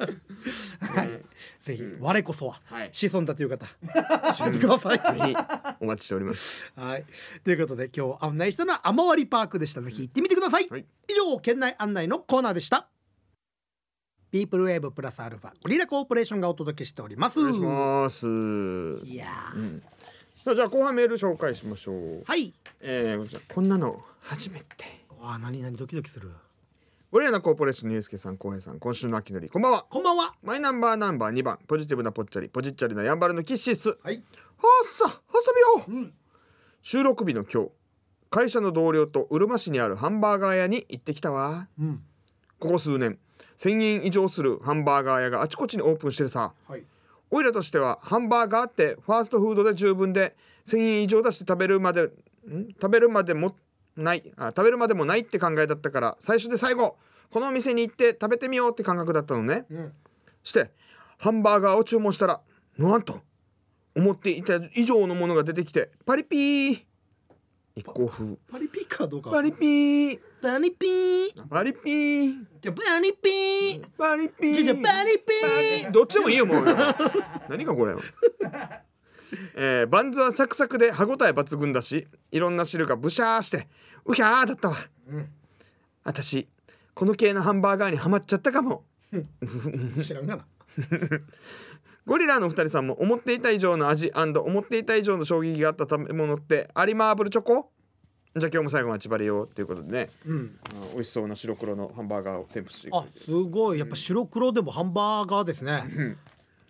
ぜひ、うん、我こそは、はい、子孫だという方教えてください、 うん、お待ちしております。 はい、ということで今日案内したのは雨割りパークでした。ぜひ行ってみてください、はい、以上県内案内のコーナーでした。ピープルウェーブプラスアルファゴリラコーポレーションがお届けしております。 お願いします。いや、うん、さあじゃあ後半メール紹介しましょう。 はい、 えー、こんなの初めて。 あ、何々ドキドキする。 ゴリラコーポレーションのゆうすけさん、こうへいさん、今週の秋のりこんばんは。 こんばんは。 マイナンバーナンバーにばん、ポジティブなぽっちゃりポジッチャリなやんばるのキッシース。 はい、はっさはさびよ、うん、収録日の今日、会社の同僚とうるま市にあるハンバーガー屋に行ってきたわ、うん、ここ数年せんえん以上するハンバーガー屋があちこちにオープンしてるさ、はい、おいらとしてはハンバーガーってファーストフードで十分でせんえん以上出して食べるまでん食べるまでもないあ食べるまでもないって考えだったから、最初で最後このお店に行って食べてみようって感覚だったのね、うん、してハンバーガーを注文したら、なんと思っていた以上のものが出てきて、パリピー一行風。 パリピーかどうか。 パリピーパリピーパリピーじゃパリピーパリピーじゃパリピーどっちでもいいよもう何かこれえー、バンズはサクサクで歯ごたえ抜群だし、いろんな汁がブシャーしてうひゃーだったわ、うん、私この系のハンバーガーにハマっちゃったかも知らんがなゴリラのふたりさんも思っていた以上の味&思っていた以上の衝撃があった食べ物ってありマーブルチョコ。じゃあ今日も最後まで縛りようということでね、うん、美味しそうな白黒のハンバーガーを添付していく。 あ、すごい、やっぱ白黒でもハンバーガーですね、うん、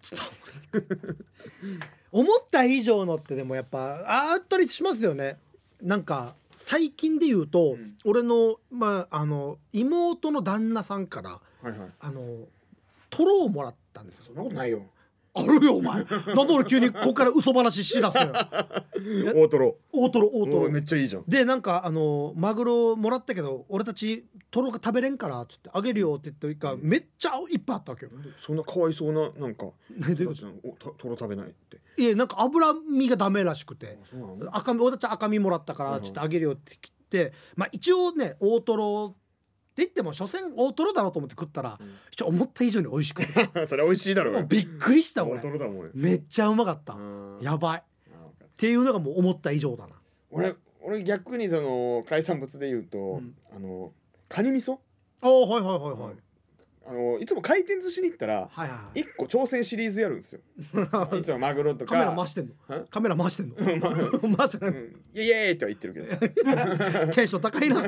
思った以上のってでもやっぱあったりしますよね。なんか最近で言うと、うん、俺の、まあ、あの妹の旦那さんから、はいはい、あのトロをもらったんですよ。 そんなことないよ。 あるよお前。なんで俺急にここから嘘話しだすよ。 大トロ大トロ大トロめっちゃいいじゃん。 でなんかあのマグロもらったけど俺たちトロが食べれんからっつってあげるよって言ってか、うん、めっちゃいっぱいあったわけよ。 そんなかわいそうななんかトロ食べないって。 いやなんか脂身がダメらしくて、赤身俺たち赤身もらったからって言ってあげるよって言って、まあ一応ね大トロって言っても所詮大トロだろうと思って食ったら、うん、ちょ思った以上に美味しくてそれ美味しいだろう。 びっくりした俺。 大トロだもん。 めっちゃうまかった。やばいっていうのがもう思った以上だな。 俺俺逆にその海産物で言うと、うん、あのカニ味噌。 ああはいはいはいはい。 あのいつも回転寿司に行ったらいっこ挑戦シリーズやるんですよ。いつもマグロとか。 カメラ回してんの？カメラ回してんの？回してない。 イエイイエイっては言ってるけど。 テンション高いな。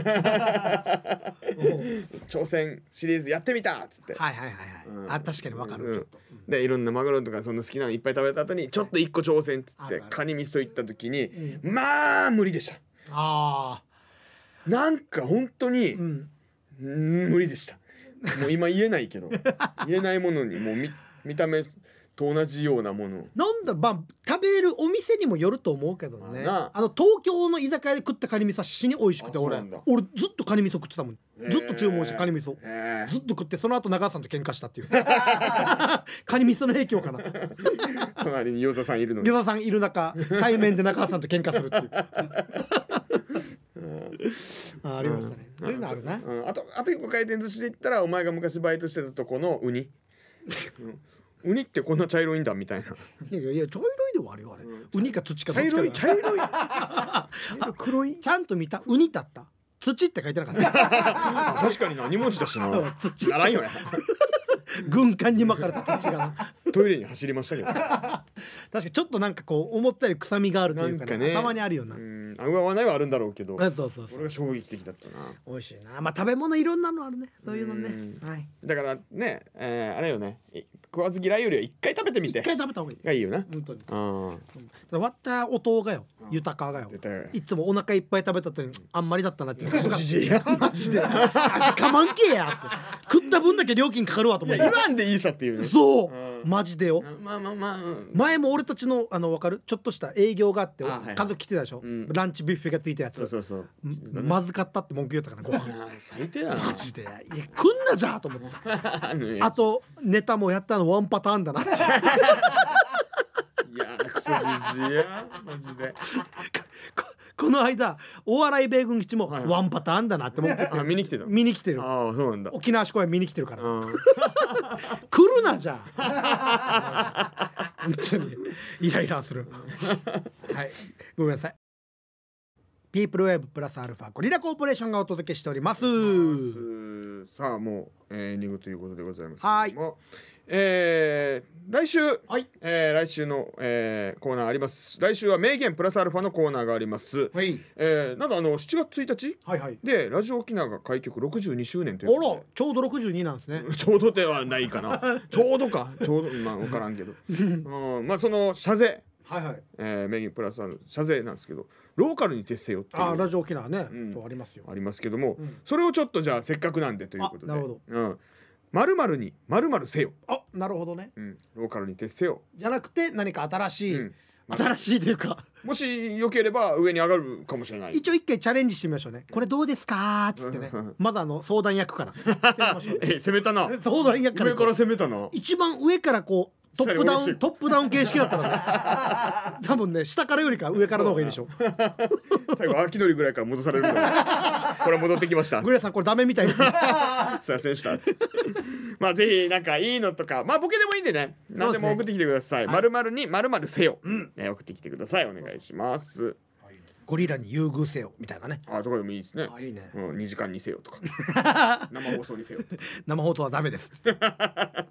挑戦シリーズやってみたっつって。 はいはいはいはい。うん、あ確かにわかる、うん、ちょっと。 でいろんなマグロとかその好きなのいっぱい食べた後にちょっといっこ挑戦っつってカニ味噌行った時に、うん、まあ無理でした。ああ。なんか本当に、うん、無理でした。もう今言えないけど言えないものにもう 見, 見た目と同じようなものなんだ、まあ、食べるお店にもよると思うけどね。あの東京の居酒屋で食ったカニ味噌死に美味しくて、俺俺ずっとカニ味噌食ってたもん。ずっと注文してカニ味噌ずっと食って、その後長さんと喧嘩したっていうカニ味噌の影響かな隣に与座さんいるのに与座さんいる中対面で中さんと喧嘩するっていうあ, ありましたね、うん、そういうのあるな、 うん、あとあと一個回転寿司で言ったらお前が昔バイトしてたとこのウニウニってこんな茶色いんだみたいな。 いやいや茶色いではあるよあれ、うん、ウニか土かどっちか茶色い茶色い茶色黒いちゃんと見たウニだった。土って書いてなかった確かになに文字だしな土ならんよね軍艦に巻かれた土がなトイレに走りましたけど確かにちょっとなんかこう思ったより臭みがあるというか、ね、たまにあるよな。 うんあうわないはあるんだろうけど、 そうそうそう、 俺が衝撃的だったな。 美味しいな。まあ食べ物いろんなのあるね、そういうのね。はい、 だからね、えー、あれよね、 食わず嫌いよりは一回食べてみて一回食べた方がいいがいいよな。 本当に。 あ割った音がよ豊かがよ、いつもお腹いっぱい食べた後にあんまりだったなってクソじじいやマジで味かまんけやって食った分だけ料金かかるわと思って言わんでいいさっていうね。 そう、 うん、 マジでよ。 まあまあまあ、うん、 前も俺たちのあの分かるちょっとした営業があって、 あ、はいはい、 家族来てたでしょ、うん、ランチビュッフェがついたやつ。 そうそうそう、 まずかったって文句言ったからご飯最低だなマジで。いや来んなじゃあと思ってあとネタもやったのワンパターンだなっていやクソじじいやマジでこ, この間お笑い米軍基地もワンパターンだなって思ってて、 はい、見に来てた見に来てる。 ああそうなんだ。 沖縄市公演見に来てるから来るなじゃあ本当にイライラするはいごめんなさい。ピープルウェーブプラスアルファゴリラコーポレーションがお届けしております。 さあもう、えー、エンディングということでございますけども、 はい、 えー、来週、 はい、 えー、来週の、えー、コーナーあります。来週は名言プラスアルファのコーナーがあります、はい、えー、なんだあのしちがつついたち、はいはい、でラジオ沖縄が開局ろくじゅうにしゅうねんということで。 あらちょうどろくじゅうになんですねちょうどではないかなちょうどかちょうどまあ分からんけど、うん、まあその謝罪、はいはい、えー、名言プラスアルファ謝罪なんですけど、ローカルに徹せよっていう、 あラジオ沖縄ね、うん、ありますよありますけども、うん、それをちょっとじゃあせっかくなんでということで、なるほど、うん、〇〇に〇〇せよ。 あなるほどね、 うん、ローカルに徹せよじゃなくて何か新しい、うん、新しいというかもしよければ上に上がるかもしれない。 一応一回チャレンジしてみましょうね。これどうですかっつってねまずあの相談役からえ攻めたな相談役から上から攻めたな。 一番上からこうトップダウントップダウン形式だったらね多分ね下からよりか上からの方がいいでしょ最後秋のりぐらいから戻されるからこれ戻ってきましたグレーさんこれダメみたいですすいませんでしたまあぜひなんかいいのとかまあボケでもいいんでね何でも送ってきてください。〇〇に〇〇せよ、うんね、送ってきてください。お願いします。 ゴリラに優遇せよみたいなね。 あとかでもいいですね。 あいいね、 うん、にじかんにせよとか生放送にせよ生放送はダメですはい、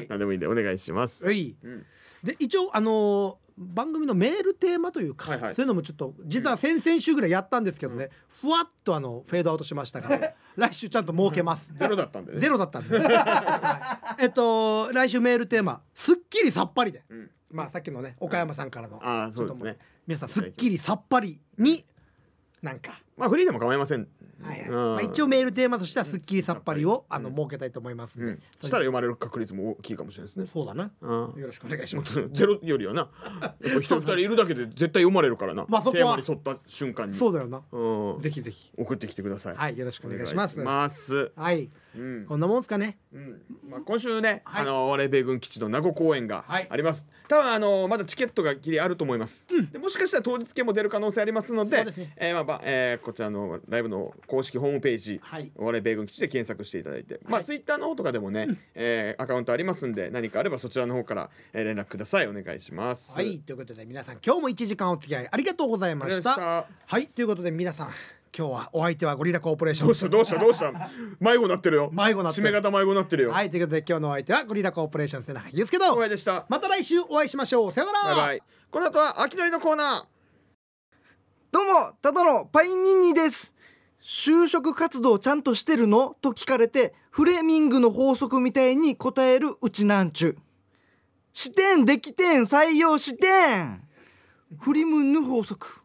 何でもいいんでお願いします。 はい、うん、で一応あのー、番組のメールテーマというか、はいはい、そういうのもちょっと実は先々週ぐらいやったんですけどね、うん、ふわっとあのフェードアウトしましたが来週ちゃんと設けますゼロだったんで、ね、 ゼロだったんで、はい、えっと来週メールテーマすっきりさっぱりで、うん、まあさっきのね岡山さんからの、 うん、あそうですね、 皆さんすっきりさっぱりになんかまあフリーでも構いません。 はいはい、まあ、一応メールテーマとしてはすっきりさっぱりを、うん、あの設けたいと思いますので、うん、 そしたら読まれる確率も大きいかもしれないですね。 そうだな、うん、よろしくお願いします。 ゼロよりはな一人二人いるだけで絶対読まれるからな、まあ、そこはテーマに沿った瞬間にそうだよな、うん、ぜひぜひ送ってきてください。 はいよろしくお願いします。 ますはい、うん、こんなもんすかね、 うんまあ、今週ね、はい、あのお笑い米軍基地の名護公演があります、はい、多分あのまだチケットがギリあると思います、うん、でもしかしたら当日券も出る可能性ありますので、ねえーまあえー、こちらのライブの公式ホームページ、はい、お笑い米軍基地で検索していただいて、はい、まあツイッターの方とかでもね、うんえー、アカウントありますんで何かあればそちらの方から、えー、連絡ください。お願いします。 はいということで皆さん今日もいちじかんお付き合いありがとうございました。はいということで皆さん今日はお相手はゴリラコーポレーション。 どうしたどうしたどうした迷子なってるよ。 迷子なってる。 締め方迷子なってるよ。 はいということで今日のお相手はゴリラコーポレーション瀬名ゆうすけとお会いでした。 また来週お会いしましょう。さようなら。 バイバイ。この後は秋のりのコーナー。 どうもただのパインニンニです。就職活動ちゃんとしてるのと聞かれてフレミングの法則みたいに答えるうちなんちゅ。してんできてん採用してんフリムンヌ法則。